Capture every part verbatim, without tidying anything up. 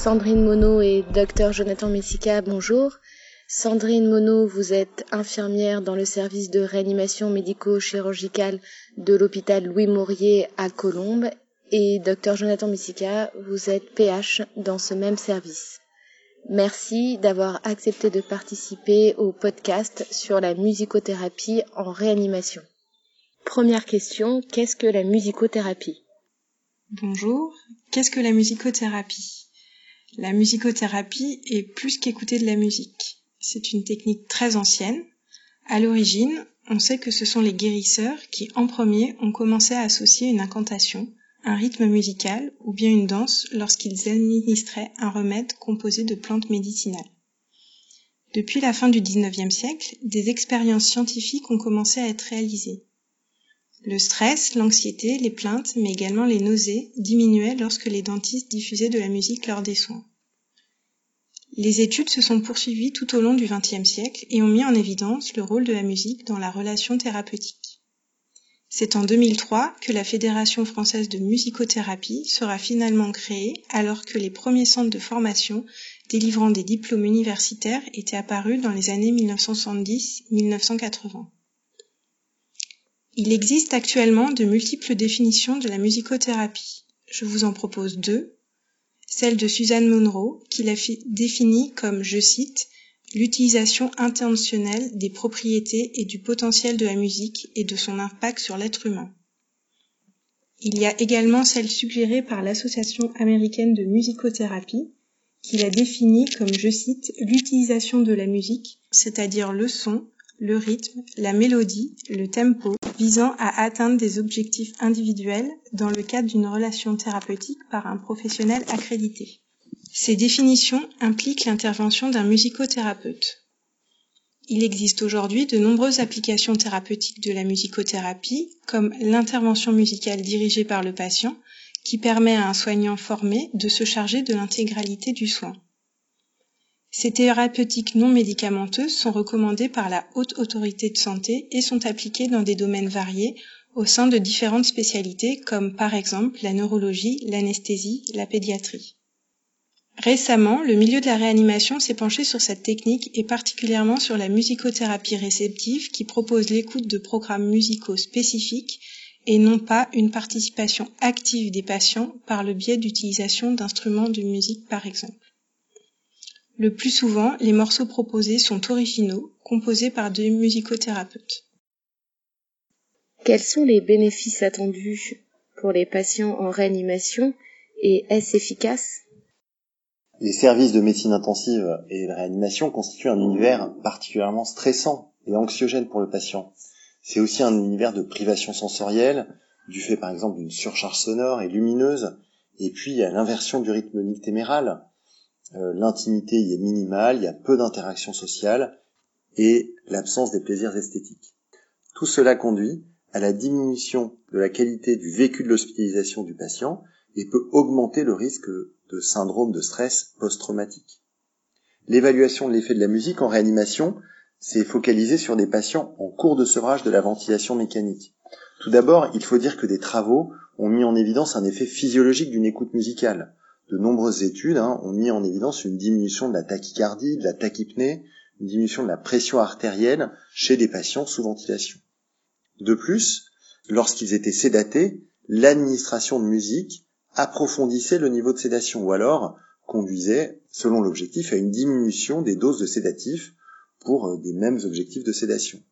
Sandrine Monod et Dr Jonathan Messica, bonjour. Sandrine Monod, vous êtes infirmière dans le service de réanimation médico-chirurgicale de l'hôpital Louis Maurier à Colombes et Dr Jonathan Messica, vous êtes P H dans ce même service. Merci d'avoir accepté de participer au podcast sur la musicothérapie en réanimation. Première question, qu'est-ce que la musicothérapie ? Bonjour, qu'est-ce que la musicothérapie ? La musicothérapie est plus qu'écouter de la musique. C'est une technique très ancienne. À l'origine, on sait que ce sont les guérisseurs qui, en premier, ont commencé à associer une incantation, un rythme musical ou bien une danse lorsqu'ils administraient un remède composé de plantes médicinales. Depuis la fin du dix-neuvième siècle, des expériences scientifiques ont commencé à être réalisées. Le stress, l'anxiété, les plaintes, mais également les nausées diminuaient lorsque les dentistes diffusaient de la musique lors des soins. Les études se sont poursuivies tout au long du vingtième siècle et ont mis en évidence le rôle de la musique dans la relation thérapeutique. C'est en deux mille trois que la Fédération française de musicothérapie sera finalement créée alors que les premiers centres de formation délivrant des diplômes universitaires étaient apparus dans les années mille neuf cent soixante-dix à mille neuf cent quatre-vingts. Il existe actuellement de multiples définitions de la musicothérapie. Je vous en propose deux. Celle de Suzanne Monroe, qui la définit comme, je cite, « l'utilisation intentionnelle des propriétés et du potentiel de la musique et de son impact sur l'être humain ». Il y a également celle suggérée par l'Association américaine de musicothérapie, qui la définit comme, je cite, « l'utilisation de la musique, c'est-à-dire le son, le rythme, la mélodie, le tempo, visant à atteindre des objectifs individuels dans le cadre d'une relation thérapeutique par un professionnel accrédité. » Ces définitions impliquent l'intervention d'un musicothérapeute. Il existe aujourd'hui de nombreuses applications thérapeutiques de la musicothérapie, comme l'intervention musicale dirigée par le patient, qui permet à un soignant formé de se charger de l'intégralité du soin. Ces thérapeutiques non médicamenteuses sont recommandées par la Haute Autorité de Santé et sont appliquées dans des domaines variés au sein de différentes spécialités comme par exemple la neurologie, l'anesthésie, la pédiatrie. Récemment, le milieu de la réanimation s'est penché sur cette technique et particulièrement sur la musicothérapie réceptive qui propose l'écoute de programmes musicaux spécifiques et non pas une participation active des patients par le biais d'utilisation d'instruments de musique par exemple. Le plus souvent, les morceaux proposés sont originaux, composés par des musicothérapeutes. Quels sont les bénéfices attendus pour les patients en réanimation et est-ce efficace ? Les services de médecine intensive et de réanimation constituent un univers particulièrement stressant et anxiogène pour le patient. C'est aussi un univers de privation sensorielle, du fait par exemple d'une surcharge sonore et lumineuse, et puis il y a l'inversion du rythme nictéméral. Euh, l'intimité y est minimale, il y a peu d'interactions sociales et l'absence des plaisirs esthétiques. Tout cela conduit à la diminution de la qualité du vécu de l'hospitalisation du patient et peut augmenter le risque de syndrome de stress post-traumatique. L'évaluation de l'effet de la musique en réanimation s'est focalisée sur des patients en cours de sevrage de la ventilation mécanique. Tout d'abord, il faut dire que des travaux ont mis en évidence un effet physiologique d'une écoute musicale. De nombreuses études hein, ont mis en évidence une diminution de la tachycardie, de la tachypnée, une diminution de la pression artérielle chez des patients sous ventilation. De plus, lorsqu'ils étaient sédatés, l'administration de musique approfondissait le niveau de sédation ou alors conduisait, selon l'objectif, à une diminution des doses de sédatifs pour des mêmes objectifs de sédation.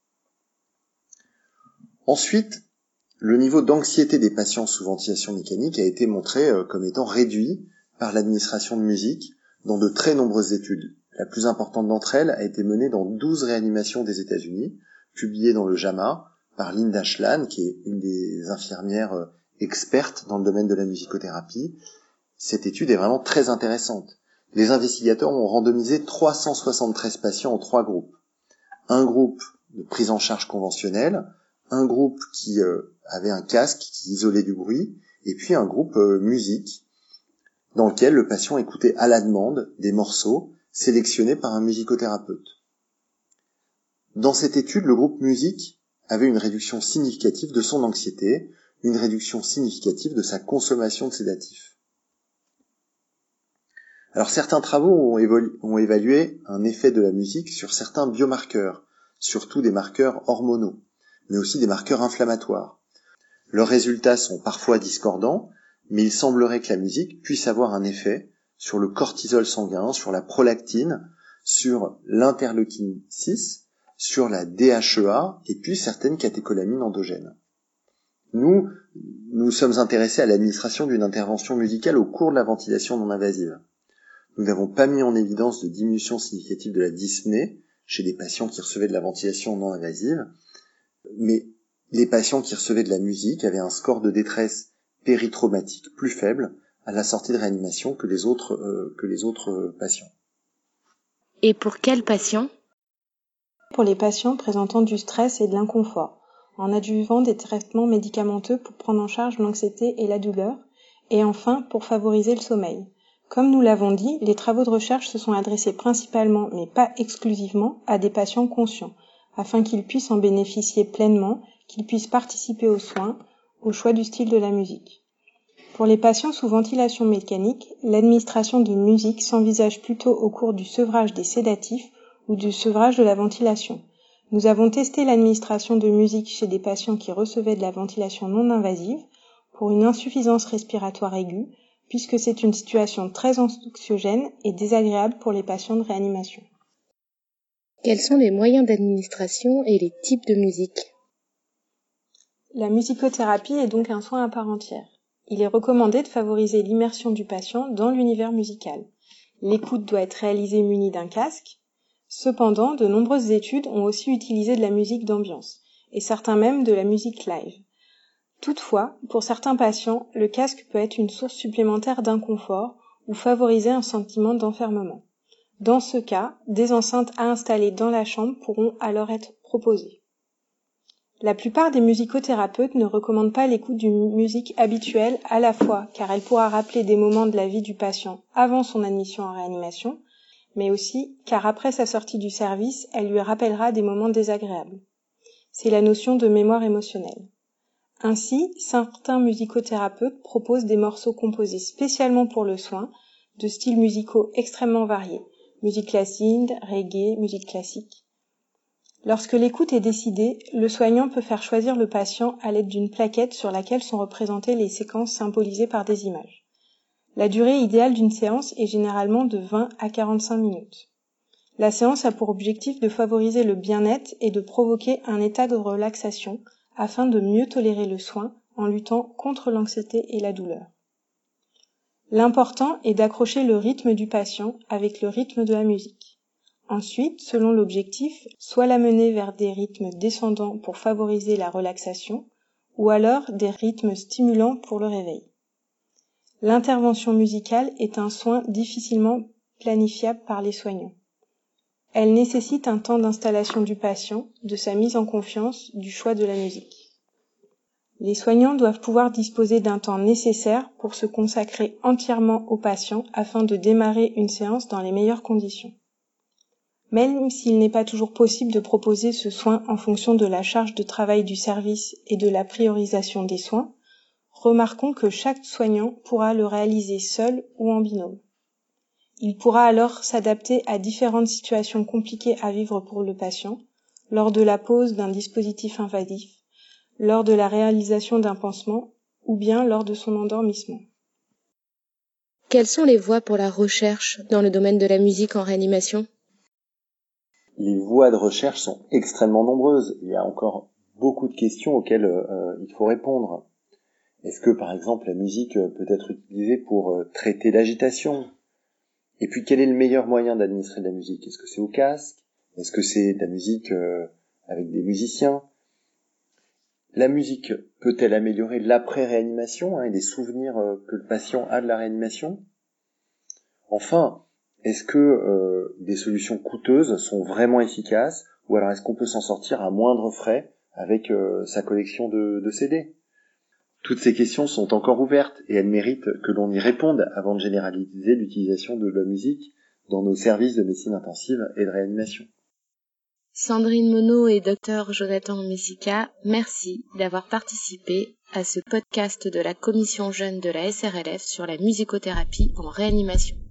Ensuite, le niveau d'anxiété des patients sous ventilation mécanique a été montré comme étant réduit par l'administration de musique dans de très nombreuses études. La plus importante d'entre elles a été menée dans douze réanimations des États-Unis, publiée dans le JAMA par Linda Schlann, qui est une des infirmières expertes dans le domaine de la musicothérapie. Cette étude est vraiment très intéressante. Les investigateurs ont randomisé trois cent soixante-treize patients en trois groupes. Un groupe de prise en charge conventionnelle, un groupe qui euh, avait un casque qui isolait du bruit, et puis un groupe euh, musique, dans lequel le patient écoutait à la demande des morceaux sélectionnés par un musicothérapeute. Dans cette étude, le groupe musique avait une réduction significative de son anxiété, une réduction significative de sa consommation de sédatifs. Alors certains travaux ont, évolu- ont évalué un effet de la musique sur certains biomarqueurs, surtout des marqueurs hormonaux, mais aussi des marqueurs inflammatoires. Leurs résultats sont parfois discordants, mais il semblerait que la musique puisse avoir un effet sur le cortisol sanguin, sur la prolactine, sur l'interleukine six, sur la D H E A et puis certaines catécholamines endogènes. Nous, nous sommes intéressés à l'administration d'une intervention musicale au cours de la ventilation non invasive. Nous n'avons pas mis en évidence de diminution significative de la dyspnée chez des patients qui recevaient de la ventilation non invasive, mais les patients qui recevaient de la musique avaient un score de détresse péritraumatique plus faible à la sortie de réanimation que les autres, euh, que les autres euh, patients. Et pour quels patients ? Pour les patients présentant du stress et de l'inconfort, en adjuvant des traitements médicamenteux pour prendre en charge l'anxiété et la douleur, et enfin pour favoriser le sommeil. Comme nous l'avons dit, les travaux de recherche se sont adressés principalement, mais pas exclusivement, à des patients conscients, afin qu'ils puissent en bénéficier pleinement, qu'ils puissent participer aux soins, au choix du style de la musique. Pour les patients sous ventilation mécanique, l'administration de musique s'envisage plutôt au cours du sevrage des sédatifs ou du sevrage de la ventilation. Nous avons testé l'administration de musique chez des patients qui recevaient de la ventilation non invasive pour une insuffisance respiratoire aiguë, puisque c'est une situation très anxiogène et désagréable pour les patients de réanimation. Quels sont les moyens d'administration et les types de musique ? La musicothérapie est donc un soin à part entière. Il est recommandé de favoriser l'immersion du patient dans l'univers musical. L'écoute doit être réalisée munie d'un casque. Cependant, de nombreuses études ont aussi utilisé de la musique d'ambiance, et certains même de la musique live. Toutefois, pour certains patients, le casque peut être une source supplémentaire d'inconfort ou favoriser un sentiment d'enfermement. Dans ce cas, des enceintes à installer dans la chambre pourront alors être proposées. La plupart des musicothérapeutes ne recommandent pas l'écoute d'une musique habituelle à la fois car elle pourra rappeler des moments de la vie du patient avant son admission en réanimation, mais aussi car après sa sortie du service, elle lui rappellera des moments désagréables. C'est la notion de mémoire émotionnelle. Ainsi, certains musicothérapeutes proposent des morceaux composés spécialement pour le soin, de styles musicaux extrêmement variés, musique classique, reggae, musique classique. Lorsque l'écoute est décidée, le soignant peut faire choisir le patient à l'aide d'une plaquette sur laquelle sont représentées les séquences symbolisées par des images. La durée idéale d'une séance est généralement de vingt à quarante-cinq minutes. La séance a pour objectif de favoriser le bien-être et de provoquer un état de relaxation afin de mieux tolérer le soin en luttant contre l'anxiété et la douleur. L'important est d'accrocher le rythme du patient avec le rythme de la musique. Ensuite, selon l'objectif, soit l'amener vers des rythmes descendants pour favoriser la relaxation, ou alors des rythmes stimulants pour le réveil. L'intervention musicale est un soin difficilement planifiable par les soignants. Elle nécessite un temps d'installation du patient, de sa mise en confiance, du choix de la musique. Les soignants doivent pouvoir disposer d'un temps nécessaire pour se consacrer entièrement au patient afin de démarrer une séance dans les meilleures conditions. Même s'il n'est pas toujours possible de proposer ce soin en fonction de la charge de travail du service et de la priorisation des soins, remarquons que chaque soignant pourra le réaliser seul ou en binôme. Il pourra alors s'adapter à différentes situations compliquées à vivre pour le patient, lors de la pose d'un dispositif invasif, lors de la réalisation d'un pansement ou bien lors de son endormissement. Quelles sont les voies pour la recherche dans le domaine de la musique en réanimation ? Les voies de recherche sont extrêmement nombreuses. Il y a encore beaucoup de questions auxquelles euh, il faut répondre. Est-ce que, par exemple, la musique peut être utilisée pour euh, traiter l'agitation ? Et puis, quel est le meilleur moyen d'administrer de la musique ? Est-ce que c'est au casque ? Est-ce que c'est de la musique euh, avec des musiciens ? La musique peut-elle améliorer l'après-réanimation hein, et les souvenirs euh, que le patient a de la réanimation ? Enfin, est-ce que euh, des solutions coûteuses sont vraiment efficaces ou alors est-ce qu'on peut s'en sortir à moindre frais avec euh, sa collection de, de C D ? Toutes ces questions sont encore ouvertes et elles méritent que l'on y réponde avant de généraliser l'utilisation de la musique dans nos services de médecine intensive et de réanimation. Sandrine Monod et Dr Jonathan Messica, merci d'avoir participé à ce podcast de la Commission Jeune de la S R L F sur la musicothérapie en réanimation.